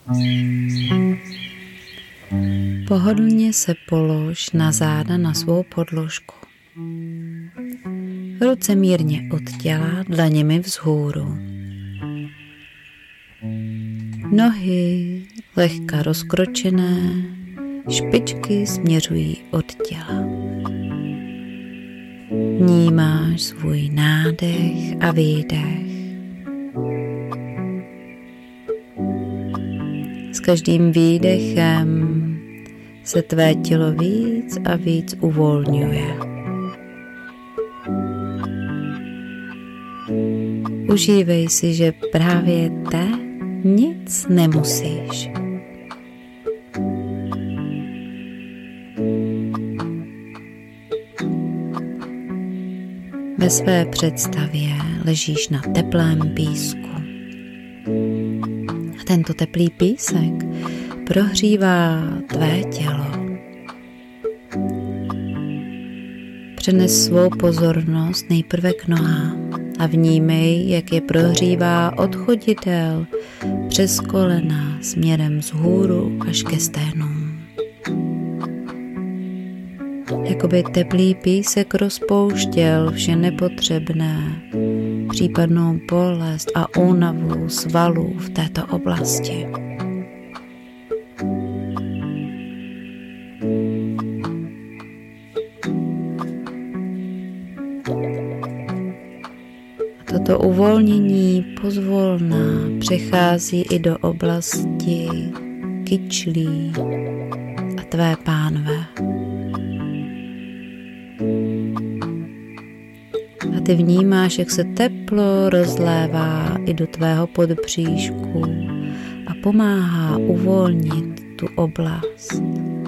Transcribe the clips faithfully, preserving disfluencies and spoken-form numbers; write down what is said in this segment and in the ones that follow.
Pohodlně se polož na záda na svou podložku. Ruce mírně od těla, dlaněmi vzhůru. Nohy lehka rozkročené, špičky směřují od těla. Vnímáš svůj nádech a výdech. S každým výdechem se tvé tělo víc a víc uvolňuje. Užívej si, že právě teď nic nemusíš. Ve své představě ležíš na teplém písku. A tento teplý písek prohřívá tvé tělo. Přenes svou pozornost nejprve k nohám a vnímej, jak je prohřívá od chodidel přes kolena směrem vzhůru až ke sténům. Jakoby teplý písek rozpouštěl vše nepotřebné, případnou bolest a únavu svalů v této oblasti. Toto uvolnění pozvolna přechází i do oblasti kyčlí a tvé pánve. A ty vnímáš, jak se teplo rozlévá i do tvého podbříšku a pomáhá uvolnit tu oblast.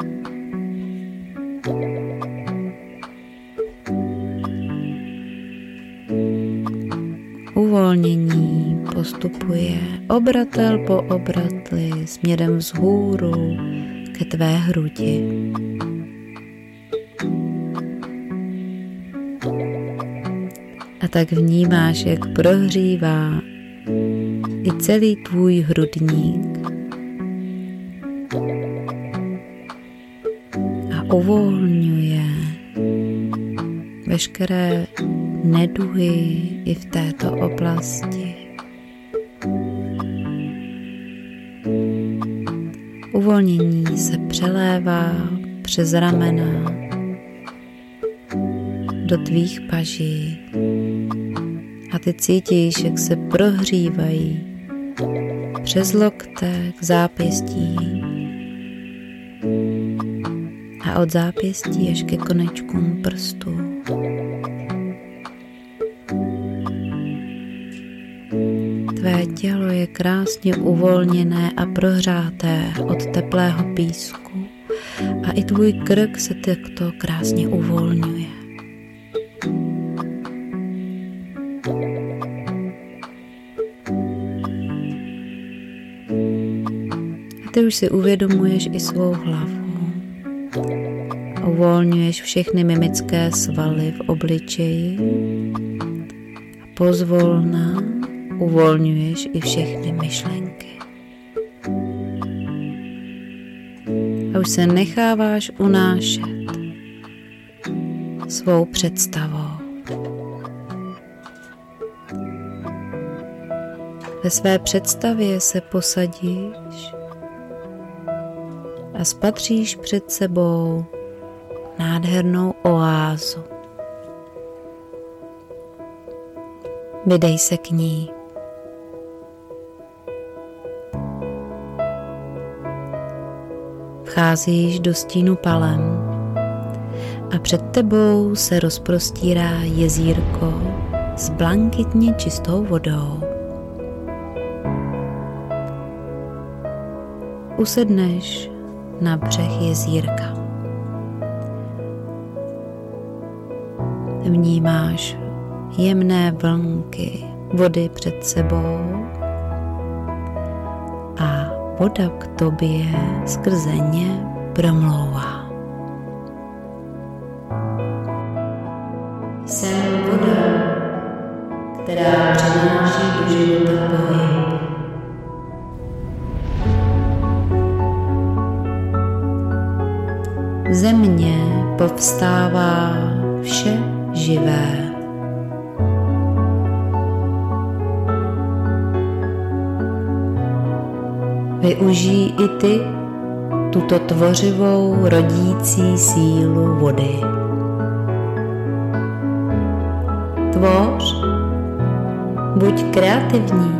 Uvolnění postupuje obratel po obratli směrem vzhůru ke tvé hrudi. A tak vnímáš, jak prohřívá i celý tvůj hrudník a uvolňuje veškeré neduhy i v této oblasti. Uvolnění se přelévá přes ramena do tvých paží a ty cítíš, jak se prohřívají přes lokte k zápěstí a od zápěstí až ke konečkům prstů. Tvé tělo je krásně uvolněné a prohřáté od teplého písku a i tvůj krk se takto krásně uvolňuje. A ty už si uvědomuješ i svou hlavu. Uvolňuješ všechny mimické svaly v obličeji a pozvolna uvolňuješ i všechny myšlenky. A už se necháváš unášet svou představou. Ve své představě se posadíš a spatříš před sebou nádhernou oázu. Vydej se k ní. Vcházíš do stínu palem a před tebou se rozprostírá jezírko s blankitně čistou vodou. Usedneš na břeh jezírka. Vnímáš jemné vlnky vody před sebou a voda k tobě skrze ně promlouvá. Jsem voda, která přináší do života pohyb. povstává vše živé. Využij i ty tuto tvořivou rodící sílu vody. Tvoř, buď kreativní,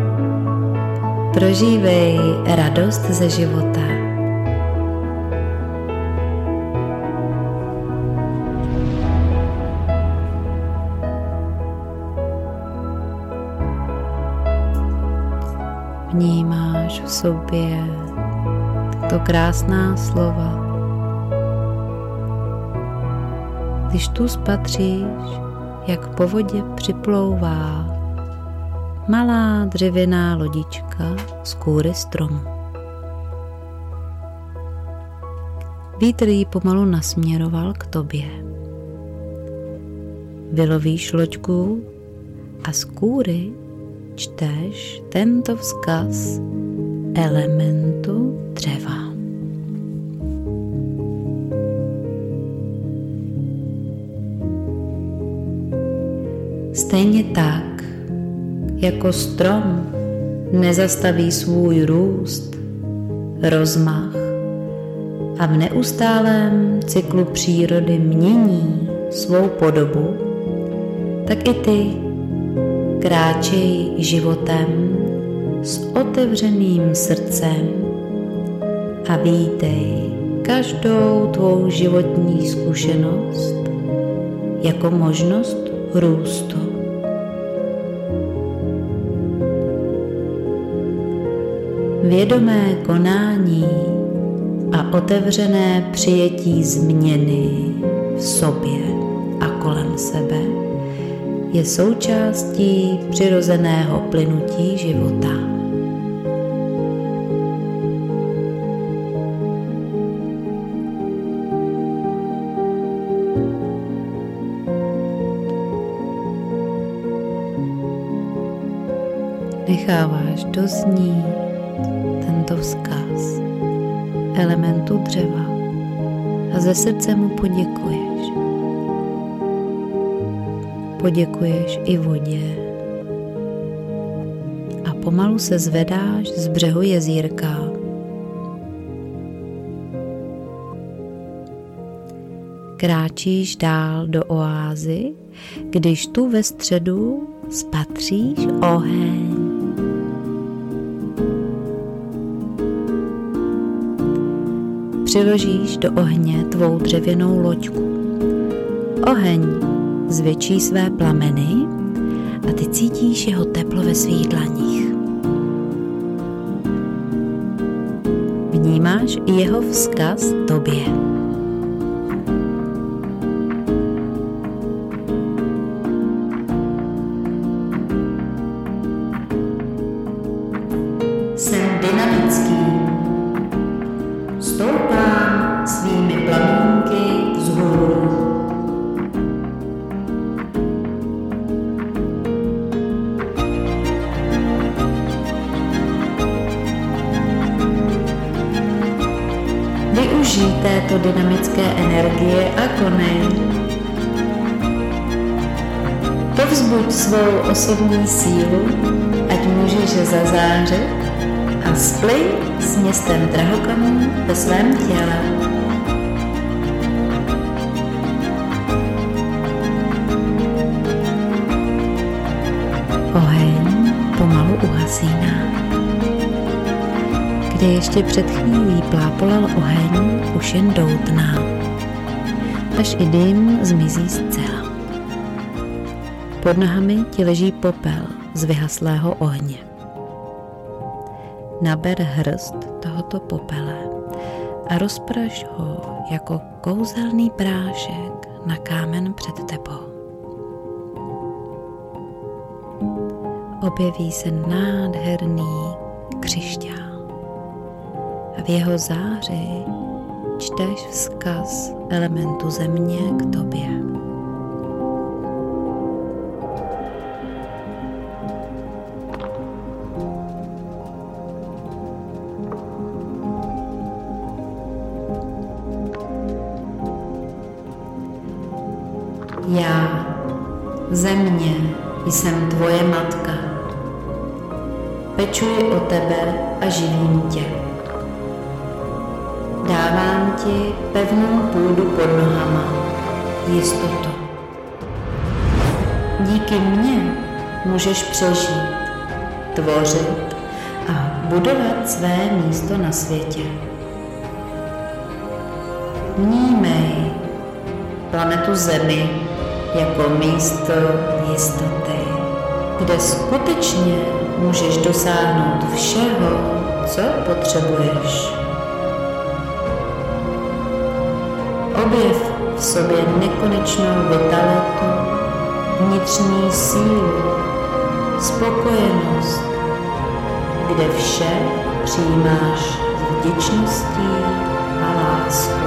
prožívej radost ze života. Vnímáš v sobě to krásná slova. Když tu spatříš, jak po vodě připlouvá malá dřevěná lodička z kůry stromu. Vítr ji pomalu nasměroval k tobě. Vylovíš loďku a z kůry čteš tento vzkaz elementu dřeva. Stejně tak, jako strom nezastaví svůj růst, rozmach a v neustálém cyklu přírody mění svou podobu, tak i ty kráčej životem s otevřeným srdcem a vítej každou tvou životní zkušenost jako možnost růstu. Vědomé konání a otevřené přijetí změny v sobě a kolem sebe je součástí přirozeného plynutí života. Necháváš doznít tento vzkaz elementu dřeva a ze srdce mu poděkuješ. Poděkuješ i vodě a pomalu se zvedáš z břehu jezírka. Kráčíš dál do oázy, když tu ve středu spatříš oheň. Přiložíš do ohně tvou dřevěnou loďku. Oheň zvětší své plameny a ty cítíš jeho teplo ve svých dlaních. Vnímáš i jeho vzkaz tobě. Jsem dynamický. Stoupám svými plamínky vzhůru. Využij této dynamické energie a konej. Povzbuď svou osobní sílu, ať můžeš zazářit a splyň s městem drahokamů ve svém těle. Oheň pomalu uhasíná. Kde ještě před chvílí plápolal oheň, už jen doutná, až i dým zmizí zcela. Pod nohami ti leží popel z vyhaslého ohně. Naber hrst tohoto popele a rozpraš ho jako kouzelný prášek na kámen před tebou. Objeví se nádherný křišťál a v jeho záři čteš vzkaz elementu země k tobě. Já, země, jsem tvoje matka. Pečuji o tebe a živím tě. Dávám ti pevnou půdu pod nohama, jistotu. Díky mně můžeš přežít, tvořit a budovat své místo na světě. Vnímej planetu Zemi jako místo jistoty, kde skutečně můžeš dosáhnout všeho, co potřebuješ. Objev v sobě nekonečnou vitalitu, vnitřní sílu, spokojenost, kde vše přijímáš s vděčností a láskou.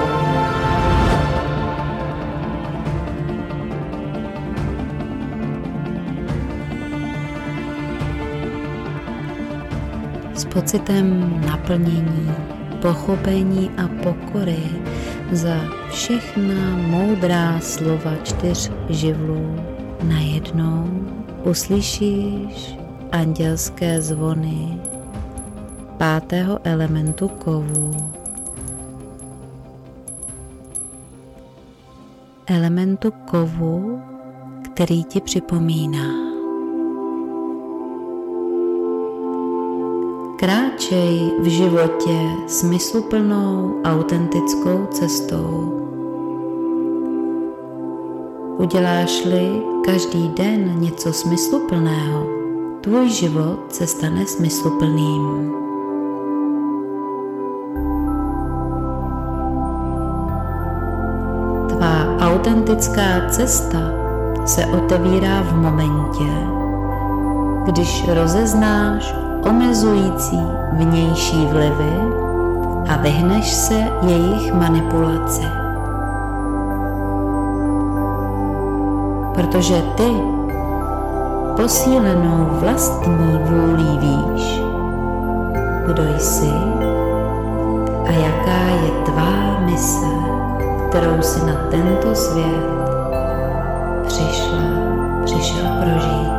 S pocitem naplnění, pochopení a pokory za všechna moudrá slova čtyř živlů najednou uslyšíš andělské zvony pátého elementu kovu. Elementu kovu, který ti připomíná: kráčej v životě smysluplnou, autentickou cestou. Uděláš-li každý den něco smysluplného, tvůj život se stane smysluplným. Tvá autentická cesta se otevírá v momentě, když rozeznáš omezující vnější vlivy a vyhneš se jejich manipulaci. Protože ty posílenou vlastní vůlí víš, kdo jsi a jaká je tvá mise, kterou si na tento svět přišla, přišel prožít.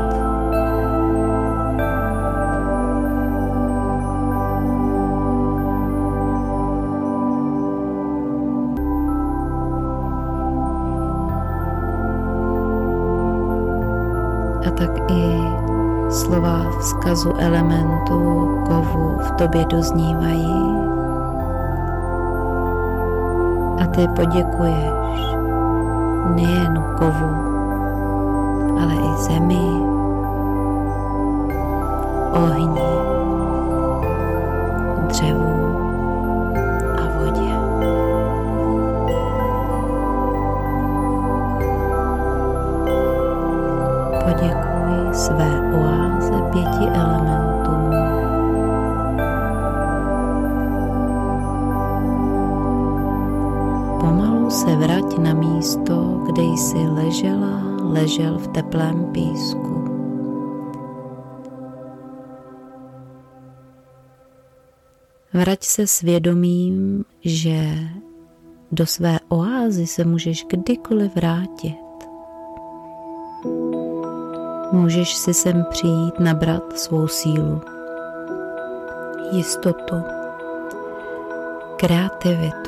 A tak i slova vzkazu elementu kovu v tobě doznívají a ty poděkuješ nejen kovu, ale i zemi, ohni, dřevu a vodě. Poděkuj své oáze pěti elementů. Pomalu se vrať na místo, kde jsi ležela, ležel v teplém písku. Vrať se svědomím, že do své oázy se můžeš kdykoliv vrátit. Můžeš si sem přijít nabrat svou sílu, jistotu, kreativitu,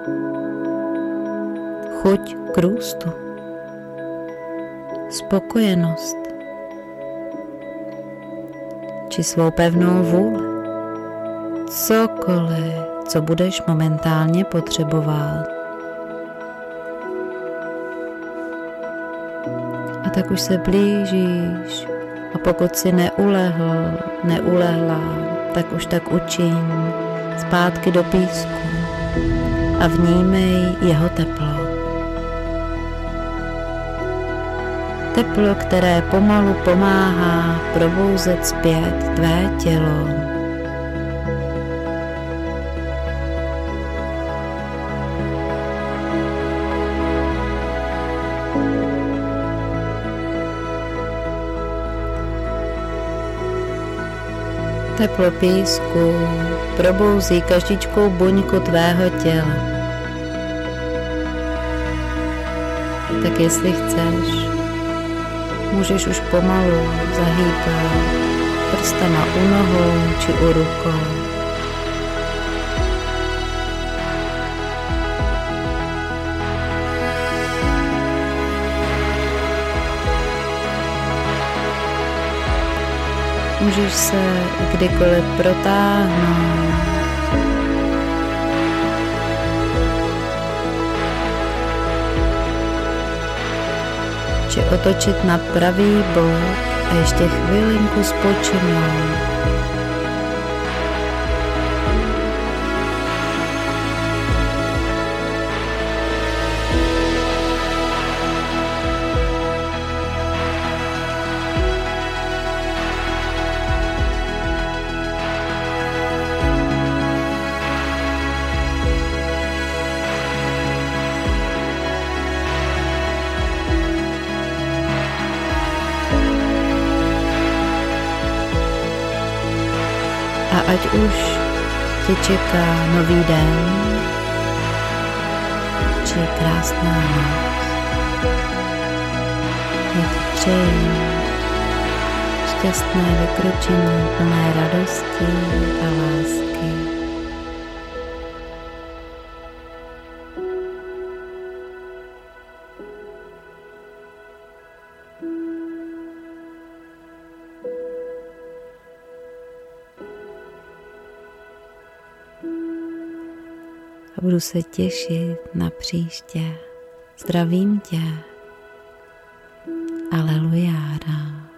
chuť k růstu, spokojenost či svou pevnou vůli. Cokoliv, co budeš momentálně potřebovat. A tak už se blížíš a pokud si neulehl, neulehla, tak už tak učiň zpátky do písku a vnímej jeho teplo. Teplo, které pomalu pomáhá probouzet zpět tvé tělo. Teplo písku probouzí každičkou buňku tvého těla. tak jestli chceš, můžeš už pomalu zahýbat prstama u nohou či u rukou. Můžeš se kdykoliv protáhnout. Či otočit na pravý bok a ještě chvilinku spočinout. A ať už tě čeká nový den, či krásná noc, já ti přeji šťastné vykročení plné radosti a lásky. A budu se těšit na příště. Zdravím tě. Alelujára.